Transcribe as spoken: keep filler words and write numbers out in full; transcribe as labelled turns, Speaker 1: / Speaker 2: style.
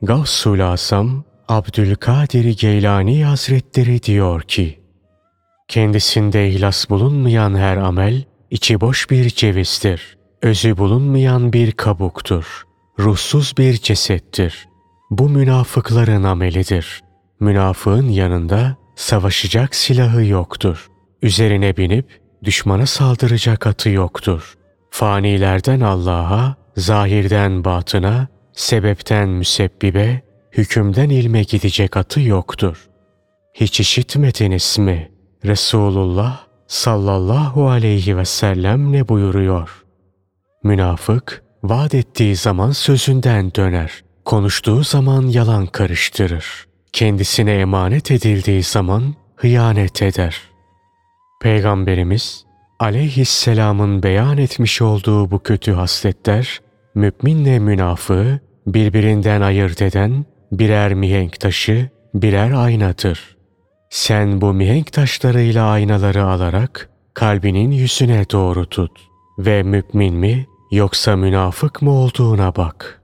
Speaker 1: Gavsul Asam Abdülkadir Geylani Hazretleri diyor ki, kendisinde ihlas bulunmayan her amel, içi boş bir cevizdir. Özü bulunmayan bir kabuktur. Ruhsuz bir cesettir. Bu münafıkların amelidir. Münafığın yanında savaşacak silahı yoktur. Üzerine binip düşmana saldıracak atı yoktur. Fanilerden Allah'a, zahirden batına, sebepten müsebbibe, hükümden ilme gidecek atı yoktur. Hiç işitmediniz mi? Resulullah sallallahu aleyhi ve sellem ne buyuruyor? Münafık, vaat ettiği zaman sözünden döner. Konuştuğu zaman yalan karıştırır. Kendisine emanet edildiği zaman hıyanet eder. Peygamberimiz aleyhisselamın beyan etmiş olduğu bu kötü hasletler, müminle münafığı birbirinden ayırt eden birer mihenk taşı, birer aynadır. Sen bu mihenk taşlarıyla aynaları alarak kalbinin yüzüne doğru tut ve mümin mi yoksa münafık mı olduğuna bak.